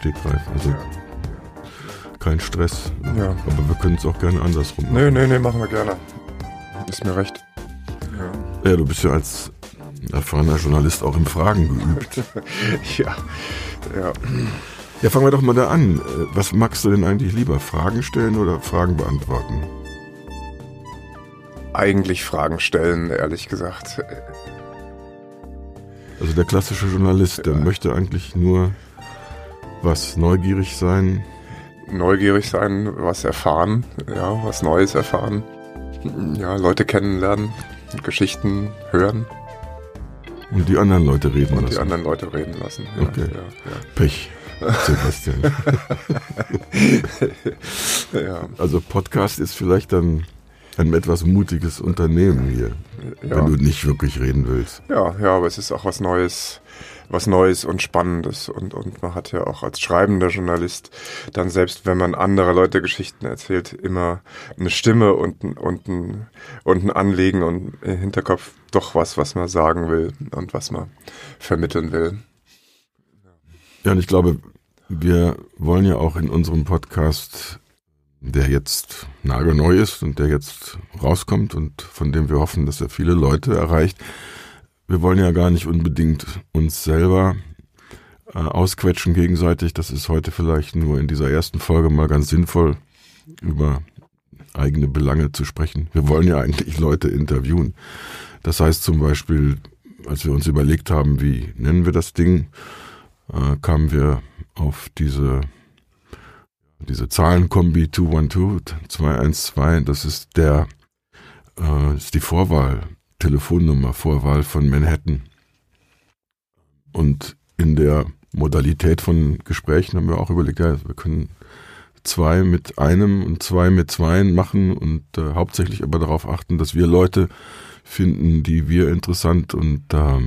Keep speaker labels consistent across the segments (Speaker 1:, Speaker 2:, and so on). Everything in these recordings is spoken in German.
Speaker 1: Stegreif. Also kein Stress.
Speaker 2: Ja.
Speaker 1: Aber wir können es auch gerne andersrum machen.
Speaker 2: Nee, machen wir gerne. Ist mir recht.
Speaker 1: Ja, du bist ja als erfahrener Journalist auch im Fragen geübt.
Speaker 2: Ja.
Speaker 1: Ja, fangen wir doch mal da an. Was magst du denn eigentlich lieber? Fragen stellen oder Fragen beantworten?
Speaker 2: Eigentlich Fragen stellen, ehrlich gesagt.
Speaker 1: Also der klassische Journalist, der möchte eigentlich nur was, neugierig sein?
Speaker 2: Neugierig sein, was erfahren, ja, was Neues erfahren. Ja, Leute kennenlernen, Geschichten hören.
Speaker 1: Und die anderen Leute reden lassen.
Speaker 2: Und die anderen Leute reden lassen. Ja,
Speaker 1: okay.
Speaker 2: Ja.
Speaker 1: Pech, Sebastian.
Speaker 2: Ja.
Speaker 1: Also Podcast ist vielleicht dann ein etwas mutiges Unternehmen hier, wenn du nicht wirklich reden willst.
Speaker 2: Ja, aber es ist auch was Neues und Spannendes und man hat ja auch als schreibender Journalist dann, selbst wenn man andere Leute Geschichten erzählt, immer eine Stimme und ein Anliegen und im Hinterkopf doch was man sagen will und was man vermitteln will.
Speaker 1: Ja, und ich glaube, wir wollen ja auch in unserem Podcast, der jetzt nagelneu ist und der jetzt rauskommt und von dem wir hoffen, dass er viele Leute erreicht, wir wollen ja gar nicht unbedingt uns selber ausquetschen gegenseitig. Das ist heute vielleicht nur in dieser ersten Folge mal ganz sinnvoll, über eigene Belange zu sprechen. Wir wollen ja eigentlich Leute interviewen. Das heißt zum Beispiel, als wir uns überlegt haben, wie nennen wir das Ding, kamen wir auf diese Zahlenkombi 212, das ist die Telefonnummer Vorwahl von Manhattan. Und in der Modalität von Gesprächen haben wir auch überlegt, ja, wir können 2 mit einem und 2 mit 2 machen und hauptsächlich aber darauf achten, dass wir Leute finden, die wir interessant und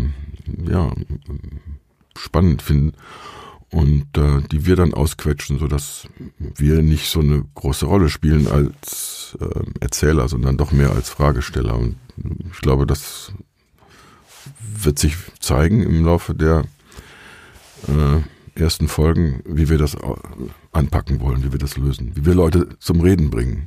Speaker 1: spannend finden und die wir dann ausquetschen, sodass wir nicht so eine große Rolle spielen als Erzähler, sondern doch mehr als Fragesteller. Und ich glaube, das wird sich zeigen im Laufe der ersten Folgen, wie wir das anpacken wollen, wie wir das lösen, wie wir Leute zum Reden bringen.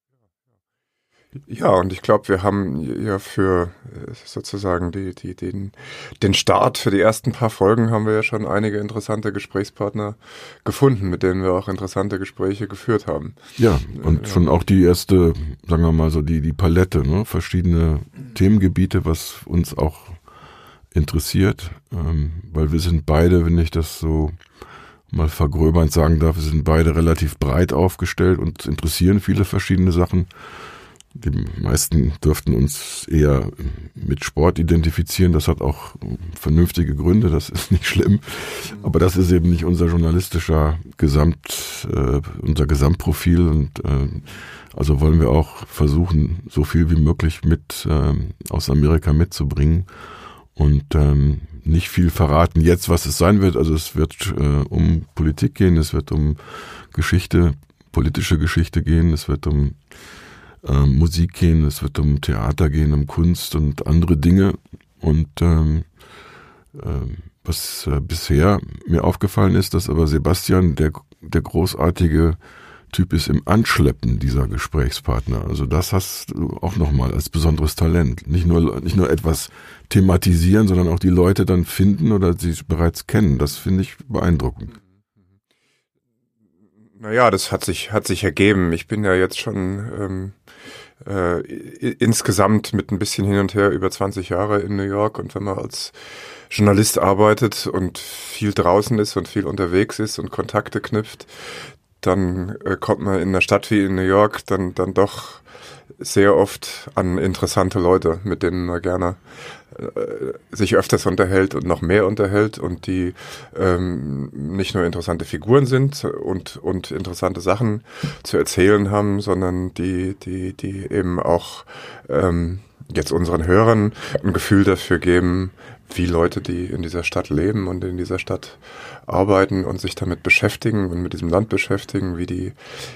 Speaker 2: Ja, und ich glaube, wir haben ja für sozusagen den Start für die ersten paar Folgen haben wir ja schon einige interessante Gesprächspartner gefunden, mit denen wir auch interessante Gespräche geführt haben.
Speaker 1: Ja, und schon auch die erste, sagen wir mal so, die Palette, ne? Verschiedene Themengebiete, was uns auch interessiert, weil wir sind beide, wenn ich das so mal vergröbernd sagen darf, wir sind beide relativ breit aufgestellt und interessieren viele verschiedene Sachen. Die meisten dürften uns eher mit Sport identifizieren. Das hat auch vernünftige Gründe, das ist nicht schlimm. Aber das ist eben nicht unser journalistischer unser Gesamtprofil. Und also wollen wir auch versuchen, so viel wie möglich aus Amerika mitzubringen. Und nicht viel verraten jetzt, was es sein wird. Also es wird um Politik gehen, es wird um politische Geschichte gehen, es wird um Musik gehen, es wird um Theater gehen, um Kunst und andere Dinge. Und was bisher mir aufgefallen ist, dass aber Sebastian der großartige Typ ist im Anschleppen dieser Gesprächspartner. Also das hast du auch nochmal als besonderes Talent. Nicht nur etwas thematisieren, sondern auch die Leute dann finden oder sie bereits kennen. Das finde ich beeindruckend.
Speaker 2: Naja, das hat sich ergeben. Ich bin ja jetzt schon insgesamt mit ein bisschen hin und her über 20 Jahre in New York, und wenn man als Journalist arbeitet und viel draußen ist und viel unterwegs ist und Kontakte knüpft, dann kommt man in einer Stadt wie in New York dann doch sehr oft an interessante Leute, mit denen man gerne sich öfters unterhält und noch mehr unterhält und die nicht nur interessante Figuren sind und interessante Sachen zu erzählen haben, sondern die eben auch jetzt unseren Hörern ein Gefühl dafür geben, wie Leute, die in dieser Stadt leben und in dieser Stadt arbeiten und sich damit beschäftigen und mit diesem Land beschäftigen, wie die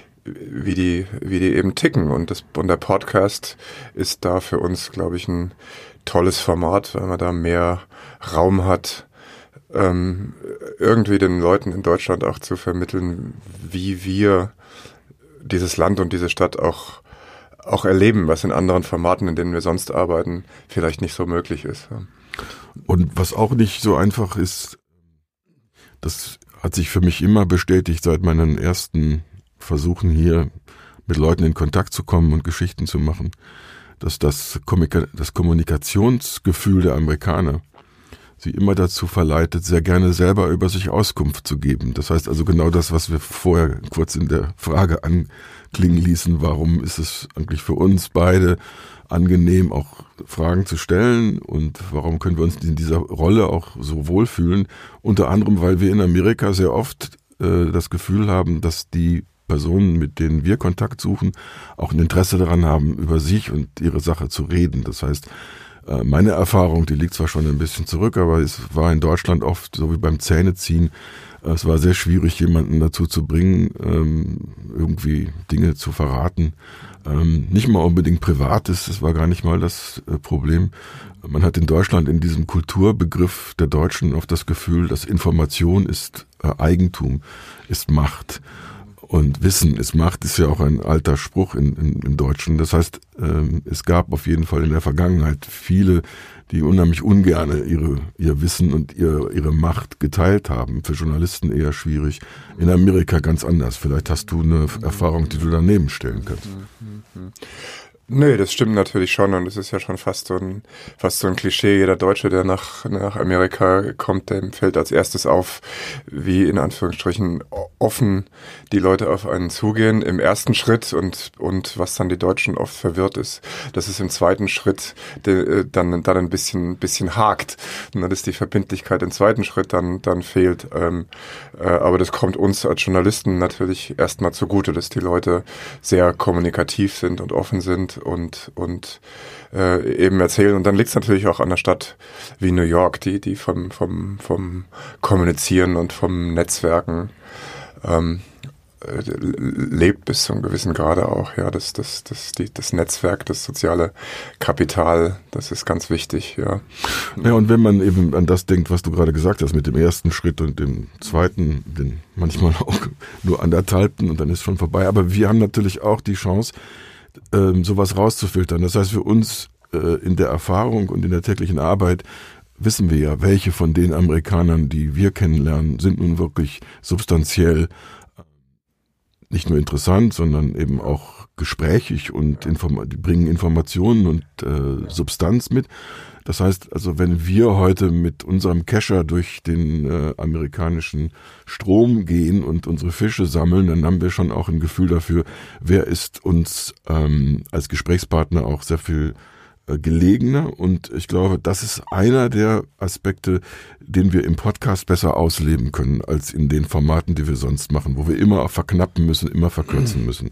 Speaker 2: eben ticken. Und der Podcast ist da für uns, glaube ich, ein tolles Format, weil man da mehr Raum hat, irgendwie den Leuten in Deutschland auch zu vermitteln, wie wir dieses Land und diese Stadt auch erleben, was in anderen Formaten, in denen wir sonst arbeiten, vielleicht nicht so möglich ist.
Speaker 1: Und was auch nicht so einfach ist, das hat sich für mich immer bestätigt seit meinen ersten Versuchen hier mit Leuten in Kontakt zu kommen und Geschichten zu machen, dass das Kommunikationsgefühl der Amerikaner sie immer dazu verleitet, sehr gerne selber über sich Auskunft zu geben. Das heißt also genau das, was wir vorher kurz in der Frage anklingen ließen, warum ist es eigentlich für uns beide angenehm, auch Fragen zu stellen und warum können wir uns in dieser Rolle auch so wohlfühlen? Unter anderem, weil wir in Amerika sehr oft das Gefühl haben, dass die Personen, mit denen wir Kontakt suchen, auch ein Interesse daran haben, über sich und ihre Sache zu reden. Das heißt, meine Erfahrung, die liegt zwar schon ein bisschen zurück, aber es war in Deutschland oft so wie beim Zähneziehen. Es war sehr schwierig, jemanden dazu zu bringen, irgendwie Dinge zu verraten. Nicht mal unbedingt Privates, das war gar nicht mal das Problem. Man hat in Deutschland in diesem Kulturbegriff der Deutschen oft das Gefühl, dass Information ist Eigentum, ist Macht. Und Wissen ist Macht, ist ja auch ein alter Spruch im Deutschen. Das heißt, es gab auf jeden Fall in der Vergangenheit viele, die unheimlich ungerne ihr Wissen und ihre Macht geteilt haben. Für Journalisten eher schwierig. In Amerika ganz anders. Vielleicht hast du eine Erfahrung, die du daneben stellen kannst.
Speaker 2: Nee, das stimmt natürlich schon und es ist ja schon fast so ein Klischee. Jeder Deutsche, der nach Amerika kommt, dem fällt als erstes auf, wie in Anführungsstrichen offen die Leute auf einen zugehen im ersten Schritt und was dann die Deutschen oft verwirrt ist, dass es im zweiten Schritt dann ein bisschen hakt und dass die Verbindlichkeit im zweiten Schritt dann fehlt. Aber das kommt uns als Journalisten natürlich erstmal zugute, dass die Leute sehr kommunikativ sind und offen sind und eben erzählen. Und dann liegt es natürlich auch an einer Stadt wie New York, die vom Kommunizieren und vom Netzwerken lebt bis zu einem gewissen Grade auch. Ja, das Netzwerk, das soziale Kapital, das ist ganz wichtig. Ja.
Speaker 1: Ja, und wenn man eben an das denkt, was du gerade gesagt hast, mit dem ersten Schritt und dem zweiten, den manchmal auch nur anderthalbten und dann ist schon vorbei. Aber wir haben natürlich auch die Chance, sowas rauszufiltern. Das heißt, für uns in der Erfahrung und in der täglichen Arbeit wissen wir ja, welche von den Amerikanern, die wir kennenlernen, sind nun wirklich substanziell nicht nur interessant, sondern eben auch gesprächig und die bringen Informationen und Substanz mit. Das heißt, also wenn wir heute mit unserem Kescher durch den amerikanischen Strom gehen und unsere Fische sammeln, dann haben wir schon auch ein Gefühl dafür, wer ist uns als Gesprächspartner auch sehr viel gelegener. Und ich glaube, das ist einer der Aspekte, den wir im Podcast besser ausleben können, als in den Formaten, die wir sonst machen, wo wir immer verknappen müssen, immer verkürzen müssen.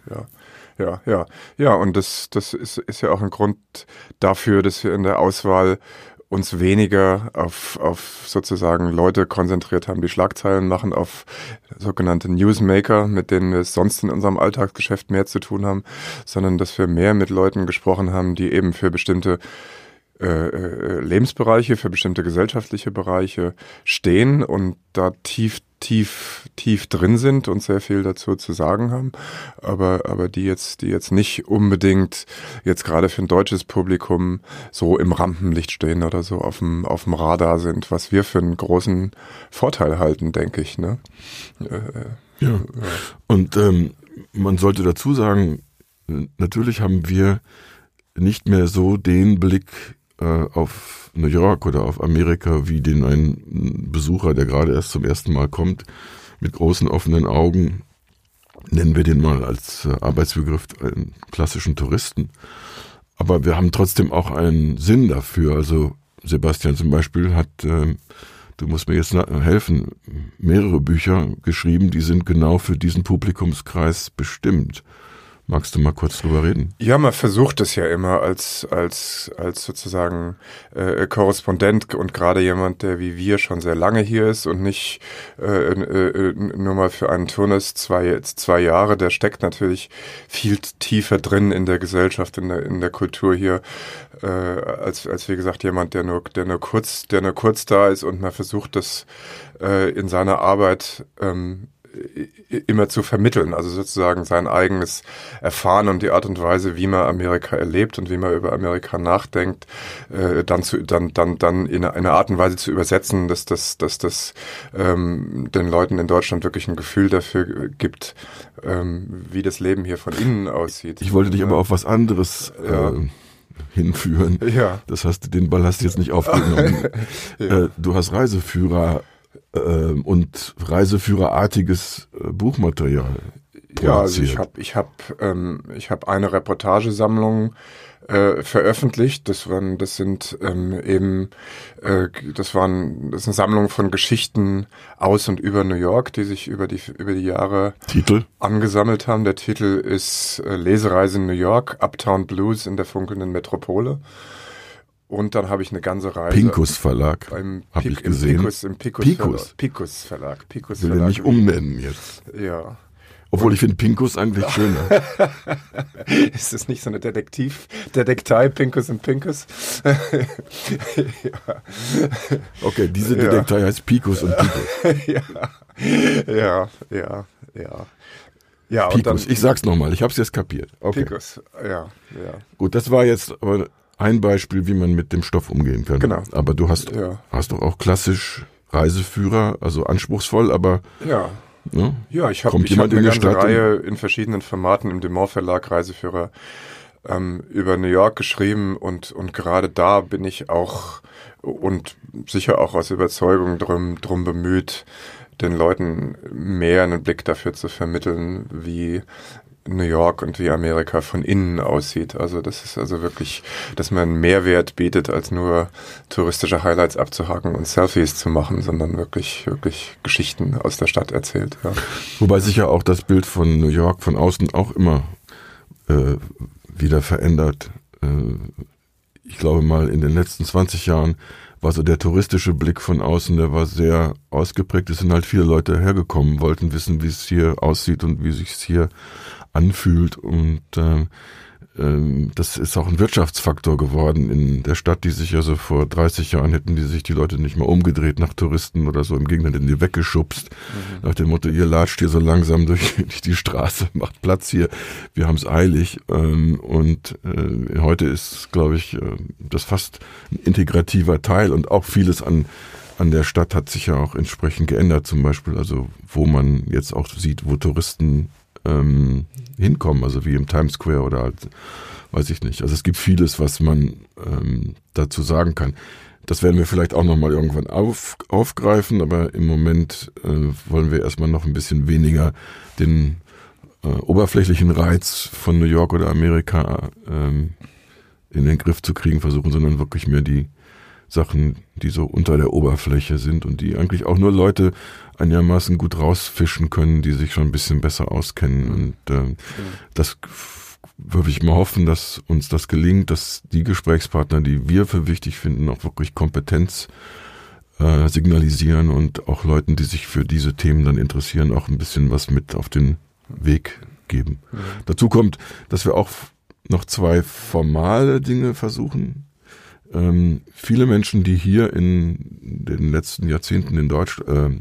Speaker 2: Ja, und das ist ja auch ein Grund dafür, dass wir in der Auswahl uns weniger auf sozusagen Leute konzentriert haben, die Schlagzeilen machen, auf sogenannte Newsmaker, mit denen wir es sonst in unserem Alltagsgeschäft mehr zu tun haben, sondern dass wir mehr mit Leuten gesprochen haben, die eben für bestimmte Lebensbereiche, für bestimmte gesellschaftliche Bereiche stehen und da tief drin sind und sehr viel dazu zu sagen haben, aber die jetzt nicht unbedingt jetzt gerade für ein deutsches Publikum so im Rampenlicht stehen oder so auf dem Radar sind, was wir für einen großen Vorteil halten, denke ich, ne?
Speaker 1: Ja. Und man sollte dazu sagen, natürlich haben wir nicht mehr so den Blick auf New York oder auf Amerika, wie den ein Besucher, der gerade erst zum ersten Mal kommt, mit großen offenen Augen, nennen wir den mal als Arbeitsbegriff, einen klassischen Touristen. Aber wir haben trotzdem auch einen Sinn dafür. Also Sebastian zum Beispiel hat, du musst mir jetzt helfen, mehrere Bücher geschrieben, die sind genau für diesen Publikumskreis bestimmt. Magst du mal kurz drüber reden?
Speaker 2: Ja, man versucht es ja immer als sozusagen Korrespondent und gerade jemand, der wie wir schon sehr lange hier ist und nicht nur mal für einen Turnus 2 Jahre, der steckt natürlich viel tiefer drin in der Gesellschaft, in der Kultur hier, als wie gesagt jemand, der nur kurz da ist, und man versucht das in seiner Arbeit immer zu vermitteln, also sozusagen sein eigenes Erfahren und die Art und Weise, wie man Amerika erlebt und wie man über Amerika nachdenkt, dann in eine Art und Weise zu übersetzen, dass das den Leuten in Deutschland wirklich ein Gefühl dafür gibt, wie das Leben hier von innen aussieht.
Speaker 1: Ich wollte dich aber auf was anderes hinführen.
Speaker 2: Ja.
Speaker 1: Das heißt, den Ball hast du jetzt nicht aufgenommen. Ja. Du hast Reiseführer und reiseführerartiges Buchmaterial produziert.
Speaker 2: Ja, also ich hab eine Reportagesammlung veröffentlicht. Das ist eine Sammlung von Geschichten aus und über New York, die sich über die Jahre angesammelt haben. Der Titel ist Lesereise in New York, Uptown Blues in der funkelnden Metropole. Und dann habe ich eine ganze Reise.
Speaker 1: Picus Verlag, habe ich gesehen.
Speaker 2: Picus Verlag.
Speaker 1: Will den nicht umnennen jetzt.
Speaker 2: Ja.
Speaker 1: Obwohl ich finde Pincus eigentlich schöner.
Speaker 2: Ist das nicht so eine Detektei, Pincus und Pincus?
Speaker 1: Ja. Okay, diese Detektei heißt Picus und Picus.
Speaker 2: Ja. Ja,
Speaker 1: Picus, und dann, ich sag's nochmal, ich hab's jetzt kapiert. Okay.
Speaker 2: Picus, ja.
Speaker 1: Gut, das war jetzt aber ein Beispiel, wie man mit dem Stoff umgehen kann.
Speaker 2: Genau.
Speaker 1: Aber du hast doch auch klassisch Reiseführer, also anspruchsvoll, aber...
Speaker 2: Ja.
Speaker 1: Ne?
Speaker 2: Ja, ich hab eine ganze Reihe in verschiedenen Formaten im Dumont Verlag Reiseführer über New York geschrieben und gerade da bin ich auch und sicher auch aus Überzeugung drum bemüht, den Leuten mehr einen Blick dafür zu vermitteln, wie New York und wie Amerika von innen aussieht. Also das ist also wirklich, dass man einen Mehrwert bietet, als nur touristische Highlights abzuhaken und Selfies zu machen, sondern wirklich Geschichten aus der Stadt erzählt. Ja.
Speaker 1: Wobei sich ja auch das Bild von New York von außen auch immer wieder verändert. Ich glaube mal, in den letzten 20 Jahren war so der touristische Blick von außen, der war sehr ausgeprägt. Es sind halt viele Leute hergekommen, wollten wissen, wie es hier aussieht und wie sich es hier anfühlt, und das ist auch ein Wirtschaftsfaktor geworden in der Stadt, die sich also vor 30 Jahren hätten die Leute nicht mal umgedreht nach Touristen oder so, im Gegenteil, hätten die weggeschubst, nach dem Motto, ihr latscht hier so langsam durch die Straße, macht Platz hier, wir haben es eilig, und heute ist, glaube ich, das fast ein integrativer Teil, und auch vieles an der Stadt hat sich ja auch entsprechend geändert, zum Beispiel, also wo man jetzt auch sieht, wo Touristen hinkommen, also wie im Times Square oder halt, weiß ich nicht. Also es gibt vieles, was man dazu sagen kann. Das werden wir vielleicht auch nochmal irgendwann aufgreifen, aber im Moment wollen wir erstmal noch ein bisschen weniger den oberflächlichen Reiz von New York oder Amerika in den Griff zu kriegen versuchen, sondern wirklich mehr die Sachen, die so unter der Oberfläche sind und die eigentlich auch nur Leute einigermaßen gut rausfischen können, die sich schon ein bisschen besser auskennen. Und das würde ich mal hoffen, dass uns das gelingt, dass die Gesprächspartner, die wir für wichtig finden, auch wirklich Kompetenz signalisieren und auch Leuten, die sich für diese Themen dann interessieren, auch ein bisschen was mit auf den Weg geben. Mhm. Dazu kommt, dass wir auch noch 2 formale Dinge versuchen. Viele Menschen, die hier in den letzten Jahrzehnten in Deutsch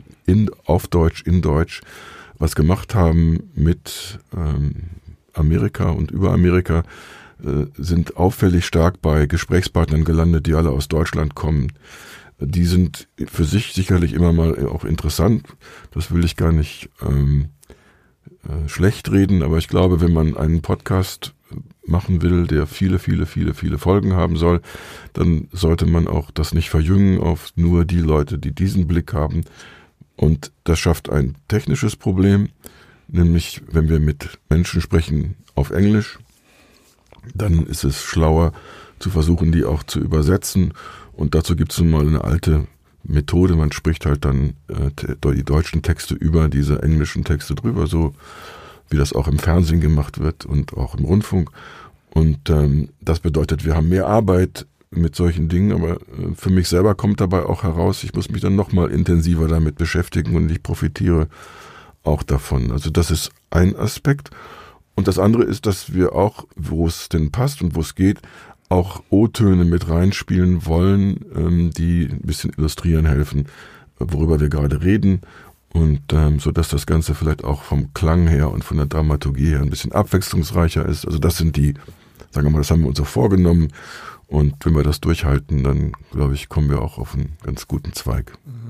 Speaker 1: was gemacht haben mit Amerika und über Amerika, sind auffällig stark bei Gesprächspartnern gelandet, die alle aus Deutschland kommen. Die sind für sich sicherlich immer mal auch interessant. Das will ich gar nicht schlecht reden, aber ich glaube, wenn man einen Podcast machen will, der viele Folgen haben soll, dann sollte man auch das nicht verjüngen auf nur die Leute, die diesen Blick haben. Und das schafft ein technisches Problem, nämlich wenn wir mit Menschen sprechen auf Englisch, dann ist es schlauer zu versuchen, die auch zu übersetzen. Und dazu gibt es nun mal eine alte Methode, man spricht halt dann die deutschen Texte über diese englischen Texte drüber, so wie das auch im Fernsehen gemacht wird und auch im Rundfunk. Und das bedeutet, wir haben mehr Arbeit mit solchen Dingen, aber für mich selber kommt dabei auch heraus, ich muss mich dann nochmal intensiver damit beschäftigen und ich profitiere auch davon. Also das ist ein Aspekt. Und das andere ist, dass wir auch, wo es denn passt und wo es geht, auch O-Töne mit reinspielen wollen, die ein bisschen illustrieren helfen, worüber wir gerade reden. Und so dass das Ganze vielleicht auch vom Klang her und von der Dramaturgie her ein bisschen abwechslungsreicher ist. Also das sind die, sagen wir mal, das haben wir uns so vorgenommen. Und wenn wir das durchhalten, dann, glaube ich, kommen wir auch auf einen ganz guten Zweig. Mhm.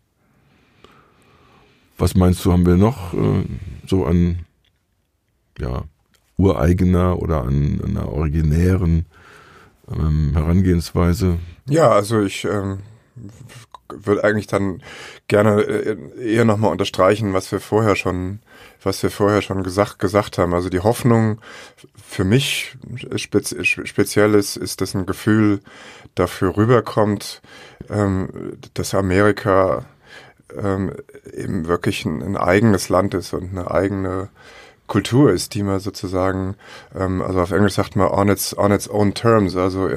Speaker 1: Was meinst du, haben wir noch so an ureigener oder an einer originären Herangehensweise?
Speaker 2: Ja, also ich würde eigentlich dann gerne eher nochmal unterstreichen, was wir vorher schon gesagt haben. Also die Hoffnung für mich speziell ist, dass ein Gefühl dafür rüberkommt, dass Amerika eben wirklich ein eigenes Land ist und eine eigene Kultur ist, die man sozusagen, also auf Englisch sagt man on its own terms, also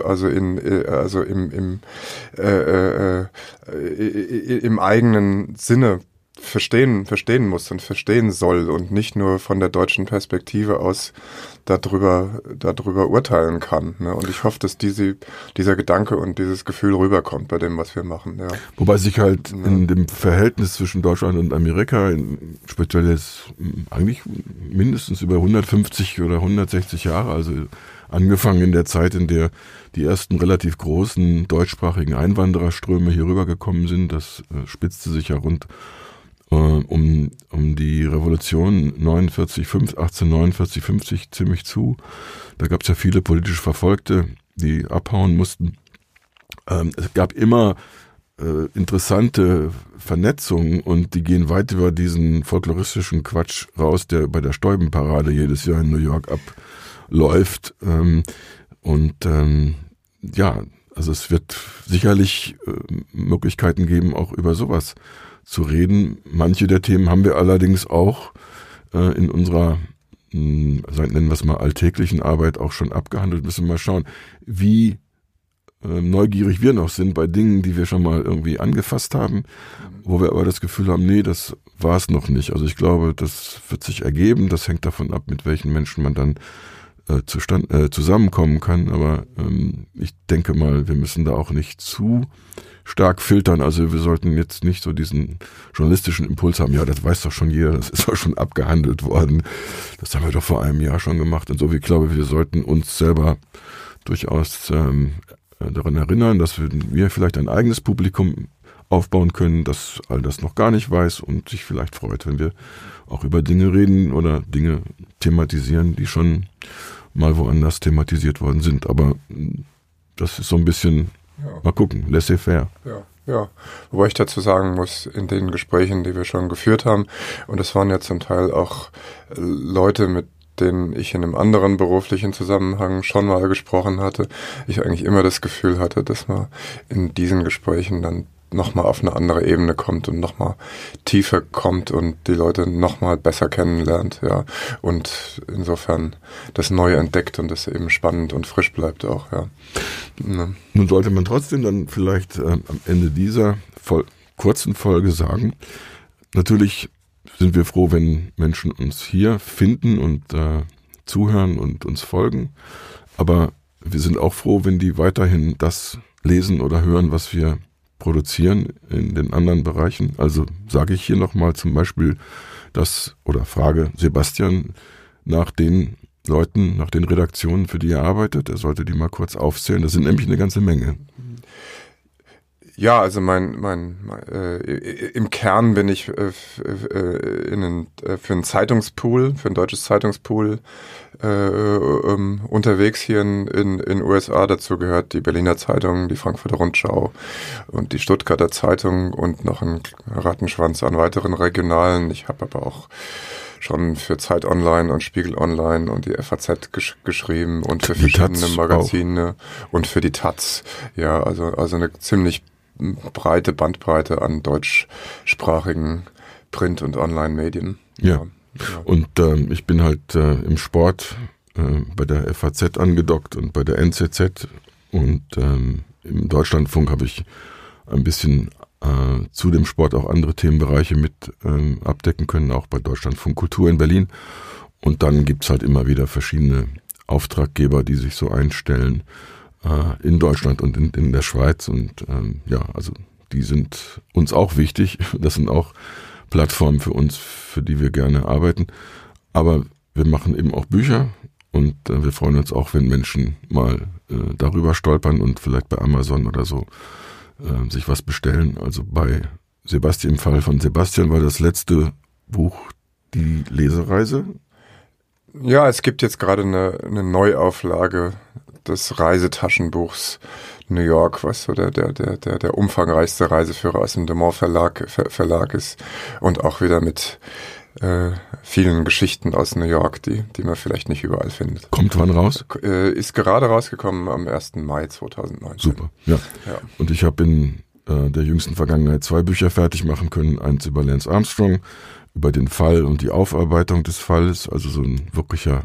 Speaker 2: im eigenen Sinne verstehen muss und verstehen soll und nicht nur von der deutschen Perspektive aus darüber urteilen kann. Ne? Und ich hoffe, dass dieser Gedanke und dieses Gefühl rüberkommt bei dem, was wir machen. Ja.
Speaker 1: Wobei sich halt in dem Verhältnis zwischen Deutschland und Amerika, speziell jetzt eigentlich mindestens über 150 oder 160 Jahre, also angefangen in der Zeit, in der die ersten relativ großen deutschsprachigen Einwandererströme hier rübergekommen sind, das spitzte sich ja rund um die Revolution 1849, 50 ziemlich zu. Da gab es ja viele politisch Verfolgte, die abhauen mussten. Es gab immer interessante Vernetzungen und die gehen weit über diesen folkloristischen Quatsch raus, der bei der Stäubenparade jedes Jahr in New York abläuft. Also es wird sicherlich Möglichkeiten geben, auch über sowas zu reden. Manche der Themen haben wir allerdings auch in unserer, nennen wir es mal, alltäglichen Arbeit auch schon abgehandelt. Müssen wir mal schauen, wie neugierig wir noch sind bei Dingen, die wir schon mal irgendwie angefasst haben, wo wir aber das Gefühl haben, nee, das war es noch nicht. Also ich glaube, das wird sich ergeben. Das hängt davon ab, mit welchen Menschen man dann zusammenkommen kann. Aber ich denke mal, wir müssen da auch nicht zu stark filtern. Also wir sollten jetzt nicht so diesen journalistischen Impuls haben, ja, das weiß doch schon jeder, das ist doch schon abgehandelt worden. Das haben wir doch vor einem Jahr schon gemacht. Und so, ich glaube, wir sollten uns selber durchaus daran erinnern, dass wir vielleicht ein eigenes Publikum aufbauen können, das all das noch gar nicht weiß und sich vielleicht freut, wenn wir auch über Dinge reden oder Dinge thematisieren, die schon mal woanders thematisiert worden sind. Aber das ist so ein bisschen, mal gucken, laissez-faire.
Speaker 2: Ja, wobei ich dazu sagen muss, in den Gesprächen, die wir schon geführt haben, und es waren ja zum Teil auch Leute, mit denen ich in einem anderen beruflichen Zusammenhang schon mal gesprochen hatte, ich eigentlich immer das Gefühl hatte, dass man in diesen Gesprächen dann nochmal auf eine andere Ebene kommt und nochmal tiefer kommt und die Leute nochmal besser kennenlernt, ja, und insofern das Neue entdeckt und das eben spannend und frisch bleibt auch, ja.
Speaker 1: Nun sollte man trotzdem dann vielleicht am Ende dieser kurzen Folge sagen, natürlich sind wir froh, wenn Menschen uns hier finden und zuhören und uns folgen, aber wir sind auch froh, wenn die weiterhin das lesen oder hören, was wir produzieren in den anderen Bereichen. Also sage ich hier nochmal zum Beispiel frage Sebastian nach den Leuten, nach den Redaktionen, für die er arbeitet. Er sollte die mal kurz aufzählen. Das sind nämlich eine ganze Menge.
Speaker 2: Ja, also im Kern bin ich für einen Zeitungspool, für ein deutsches Zeitungspool unterwegs hier in USA. Dazu gehört die Berliner Zeitung, die Frankfurter Rundschau und die Stuttgarter Zeitung und noch ein Rattenschwanz an weiteren regionalen. Ich habe aber auch schon für Zeit Online und Spiegel Online und die FAZ geschrieben und für verschiedene Magazine und für die Taz. Ja, also eine ziemlich breite Bandbreite an deutschsprachigen Print- und Online-Medien.
Speaker 1: Ja.
Speaker 2: Ja.
Speaker 1: Und ich bin halt im Sport bei der FAZ angedockt und bei der NZZ. Und im Deutschlandfunk habe ich ein bisschen zu dem Sport auch andere Themenbereiche mit abdecken können, auch bei Deutschlandfunk Kultur in Berlin. Und dann gibt's halt immer wieder verschiedene Auftraggeber, die sich so einstellen in Deutschland und in der Schweiz. Und also die sind uns auch wichtig. Das sind auch Plattformen für uns, für die wir gerne arbeiten. Aber wir machen eben auch Bücher und wir freuen uns auch, wenn Menschen mal darüber stolpern und vielleicht bei Amazon oder so sich was bestellen. Also bei Sebastian, im Fall von Sebastian war das letzte Buch die Lesereise.
Speaker 2: Ja, es gibt jetzt gerade eine Neuauflage des Reisetaschenbuchs New York, was so der umfangreichste Reiseführer aus dem Dumont Verlag ist und auch wieder mit vielen Geschichten aus New York, die man vielleicht nicht überall findet.
Speaker 1: Kommt wann raus?
Speaker 2: Ist gerade rausgekommen am 1. Mai 2019.
Speaker 1: Super, ja. Und ich habe in der jüngsten Vergangenheit 2 Bücher fertig machen können. Eins über Lance Armstrong, über den Fall und die Aufarbeitung des Falles, also so ein wirklicher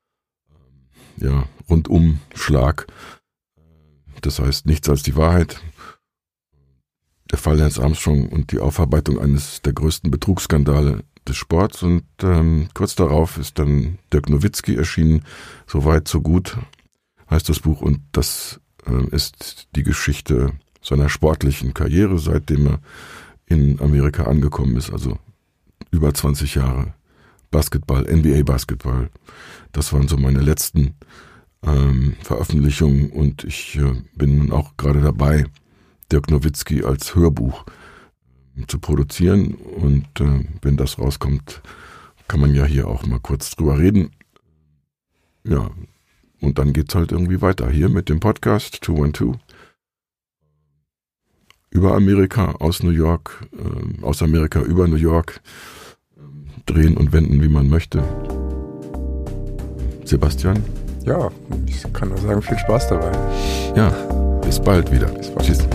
Speaker 1: Rundumschlag. Das heißt, nichts als die Wahrheit. Der Fall Lance Armstrong und die Aufarbeitung eines der größten Betrugsskandale des Sports. Und kurz darauf ist dann Dirk Nowitzki erschienen. So weit, so gut heißt das Buch. Und das ist die Geschichte seiner sportlichen Karriere, seitdem er in Amerika angekommen ist. Also über 20 Jahre Basketball, NBA-Basketball. Das waren so meine letzten Veröffentlichungen. Und ich bin nun auch gerade dabei, Dirk Nowitzki als Hörbuch zu produzieren. Und wenn das rauskommt, kann man ja hier auch mal kurz drüber reden. Ja, und dann geht's halt irgendwie weiter hier mit dem Podcast 212. Über Amerika, aus New York, aus Amerika über New York, drehen und wenden, wie man möchte. Sebastian?
Speaker 2: Ja, ich kann nur sagen, viel Spaß dabei.
Speaker 1: Ja, bis bald wieder.
Speaker 2: Bis bald.
Speaker 1: Tschüss.